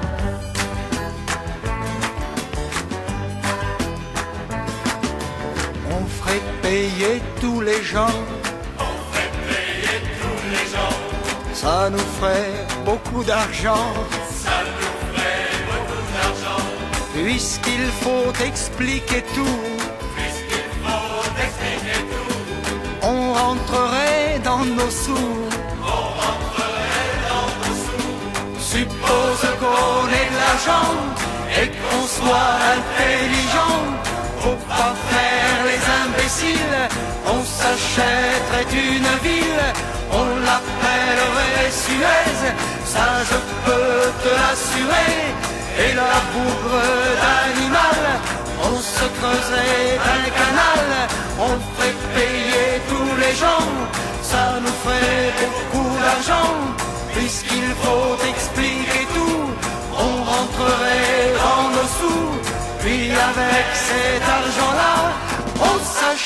On ferait payer tous les gens, On fait payer tous les gens, ça nous ferait beaucoup d'argent, ça nous ferait beaucoup d'argent, puisqu'il faut expliquer tout. puisqu'il faut expliquer tout. On rentrerait dans nos sous. On rentrerait dans nos sous. Suppose qu'on ait de l'argent et qu'on soit intelligent, pour pas faire les imbéciles, on s'achèterait une ville, on l'appellerait Suez, ça je peux te l'assurer. Et la bougre d'animal, on se creuserait un canal, on ferait payer tous les gens, ça nous ferait beaucoup d'argent, puisqu'il faut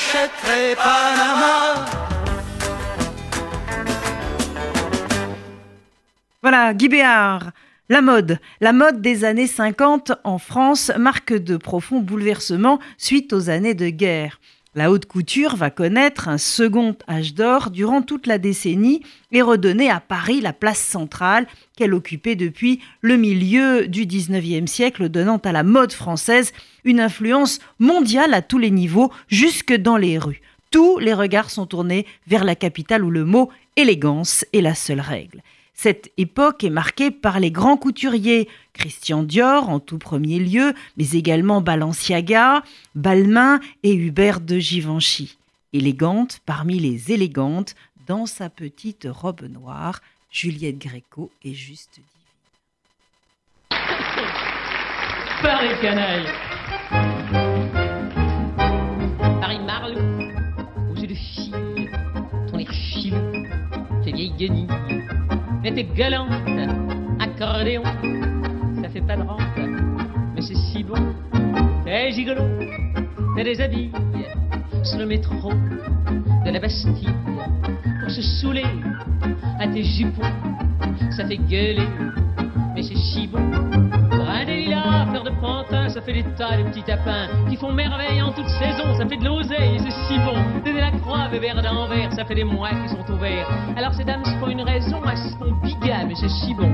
j'achèterai Panama. Voilà, Guy Béard. La mode. La mode des années cinquante en France marque de profonds bouleversements suite aux années de guerre. La haute couture va connaître un second âge d'or durant toute la décennie et redonner à Paris la place centrale qu'elle occupait depuis le milieu du dix-neuvième siècle, donnant à la mode française une influence mondiale à tous les niveaux, jusque dans les rues. Tous les regards sont tournés vers la capitale où le mot élégance est la seule règle. Cette époque est marquée par les grands couturiers, Christian Dior en tout premier lieu, mais également Balenciaga, Balmain et Hubert de Givenchy. Élégante parmi les élégantes, dans sa petite robe noire, Juliette Gréco est juste divine. Paris canaille, Paris Marlou, aux yeux de fille, ton air chilou, tes vieilles guenilles. Mais t'es galante, accordéon, ça fait pas de rente, mais c'est si bon. T'es gigolo, t'es des habits sur le métro de la Bastille pour se saouler à tes jupons, ça fait gueuler, mais c'est si bon. Grain des lilas, fleur de pantin, ça fait des tas de petits tapins qui font merveille en toute saison, ça fait de l'oseille, c'est si bon. Donner la croix, Bébert d'Anvers, ça fait des mois qui sont ouverts. Alors ces dames, c'est pour une raison, elles se font bigas, mais c'est si bon.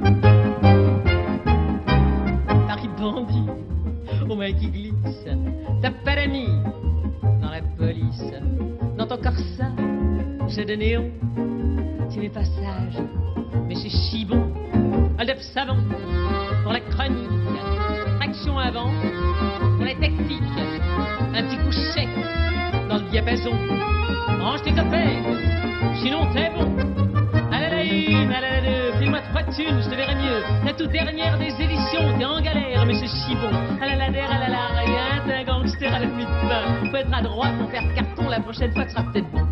Paris bandit, aux mains qui glissent, t'as pas d'amis dans la police. Dans ton corsage de néon, tu n'es pas sage, mais c'est si bon. Aldep savant pour la chronique, traction avant pour les tactiques, un petit coup sec dans le diapason. Range tes copains, sinon t'es bon. À la une, à la deux, fais-moi trois thunes, je te verrai mieux. La toute dernière des éditions, t'es en galère, mais c'est si bon. À la ladère, à la la, rien, t'es un gangster à la nuit de pain. Faut être à droite pour faire carton, la prochaine fois, ce sera peut-être bon.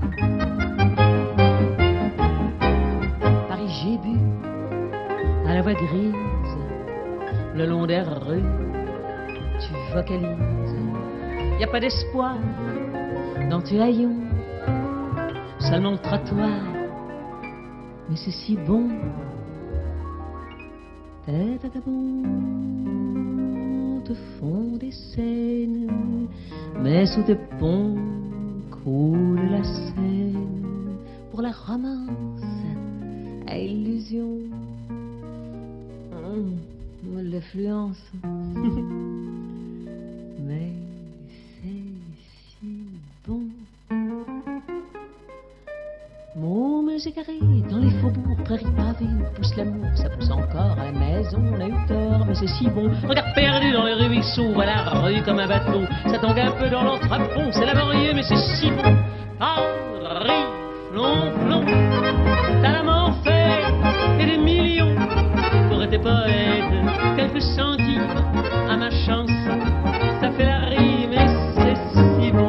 Paris, j'ai bu à la voix grise, le long des rues, tu vocalises. Y a pas d'espoir dans tes haillons, seulement le trottoir, mais c'est si bon. Tête à bon, te font des scènes, mais sous tes ponts coule la Seine. Pour la romance à illusion, mmh, l'affluence, mais c'est si bon. Mon musique arrive dans les faubourgs, prairies pavées, où pousse l'amour, ça pousse encore à la maison, on a eu tort, mais c'est si bon. Regarde perdu dans les ruisseaux, à la rue comme un bateau, ça tangue un peu dans l'entrepont, c'est laborieux, mais c'est si bon. Paris, flonflon, t'as la mort fait, et des millions, pour être poète, quelques centimes à ma chance, ça fait la rime, et c'est si bon.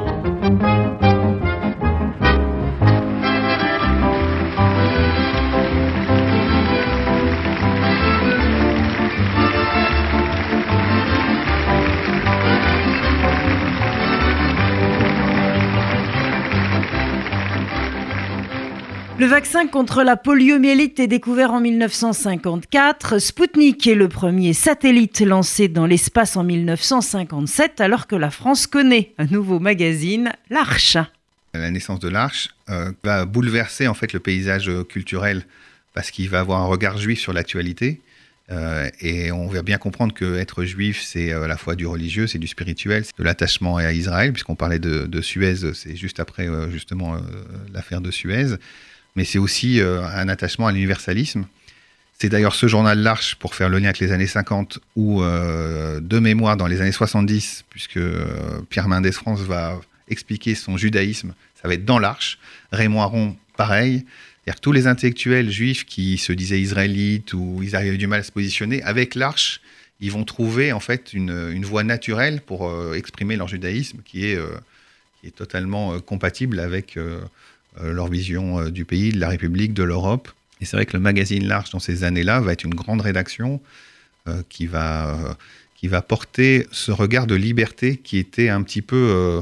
Le vaccin contre la poliomyélite est découvert en mille neuf cent cinquante-quatre. Spoutnik est le premier satellite lancé dans l'espace en mille neuf cent cinquante-sept, alors que la France connaît un nouveau magazine, l'Arche. La naissance de l'Arche euh, va bouleverser en fait le paysage culturel parce qu'il va avoir un regard juif sur l'actualité. Euh, et on va bien comprendre qu'être juif, c'est à la fois du religieux, c'est du spirituel, c'est de l'attachement à Israël, puisqu'on parlait de, de Suez, c'est juste après euh, justement euh, l'affaire de Suez. Mais c'est aussi euh, un attachement à l'universalisme. C'est d'ailleurs ce journal L'Arche, pour faire le lien avec les années cinquante, où, euh, de mémoire, dans les années soixante-dix, puisque euh, Pierre Mendès France va expliquer son judaïsme, ça va être dans L'Arche. Raymond Aron, pareil. C'est-à-dire que tous les intellectuels juifs qui se disaient israélites ou ils avaient du mal à se positionner, avec l'Arche, ils vont trouver en fait une, une voie naturelle pour euh, exprimer leur judaïsme qui est, euh, qui est totalement euh, compatible avec euh, leur vision euh, du pays, de la République, de l'Europe. Et c'est vrai que le magazine L'Arche, dans ces années-là, va être une grande rédaction euh, qui, va, euh, qui va porter ce regard de liberté qui était un petit peu euh,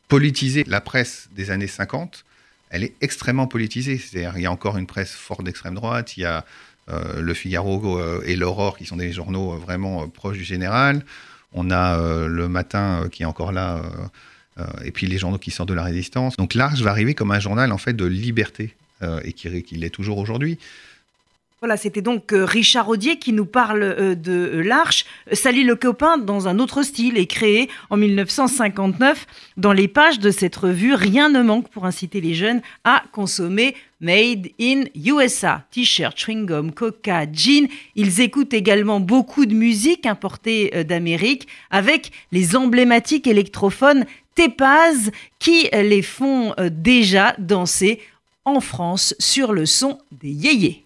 politisé. La presse des années cinquante, elle est extrêmement politisée. C'est-à-dire, il y a encore une presse forte d'extrême droite, il y a euh, Le Figaro euh, et l'Aurore qui sont des journaux euh, vraiment euh, proches du général. On a euh, Le Matin euh, qui est encore là, euh, euh, et puis les journaux qui sortent de la Résistance. Donc l'Arche va arriver comme un journal en fait de liberté, euh, et qui, qui l'est toujours aujourd'hui. Voilà, c'était donc Richard Audier qui nous parle de l'Arche. Sally Le Copain, dans un autre style, est créé en mille neuf cent cinquante-neuf. Dans les pages de cette revue, rien ne manque pour inciter les jeunes à consommer Made in U S A. T-shirt, chewing-gum, coca, gin. Ils écoutent également beaucoup de musique importée d'Amérique avec les emblématiques électrophones Tepaz qui les font déjà danser en France sur le son des yéyés.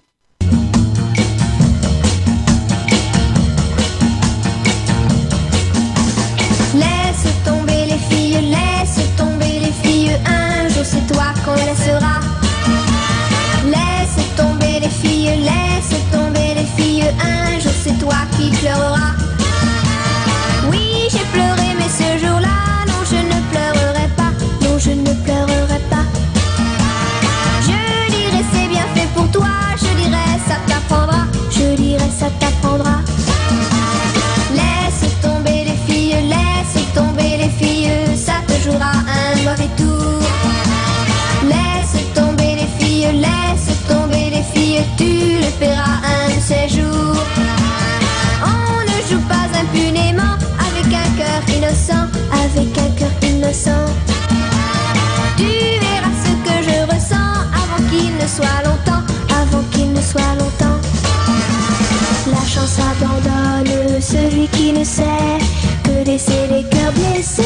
Laisse tomber les filles, laisse tomber les filles, un jour c'est toi qu'on laissera. Laisse tomber les filles, laisse tomber les filles, un jour c'est toi qui pleureras. Oui, j'ai pleuré, mais ce jour-là, non, je ne pleurerai pas, non, je ne pleurerai pas. Je dirai c'est bien fait pour toi, je dirai ça t'apprendra, je dirai ça t'apprendra. Laisse tomber les filles, laisse tomber les filles, ça te jouera un mauvais tour. Laisse tomber les filles, laisse tomber les filles, tu le paieras un de ces jours. On ne joue pas impunément avec un cœur innocent, avec un cœur innocent. Tu verras ce que je ressens avant qu'il ne soit longtemps, avant qu'il ne soit longtemps. La chance abandonne celui qui ne sait que laisser les cœurs blessés.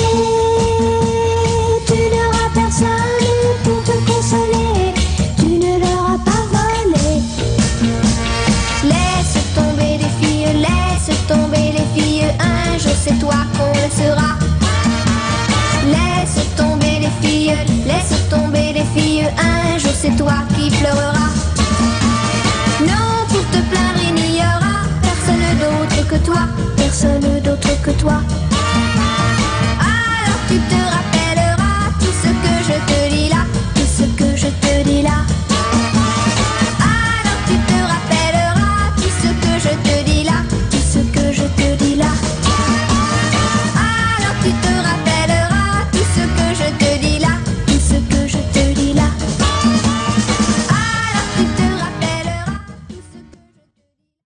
Tu n'auras personne pour te consoler, tu ne leur as pas volé. Laisse tomber les filles, laisse tomber les filles, un jour c'est toi qu'on laissera. Laisse tomber les filles, laisse tomber les filles, un jour c'est toi qui pleureras. Non, pour te plaindre il n'y aura personne d'autre que toi, personne d'autre que toi.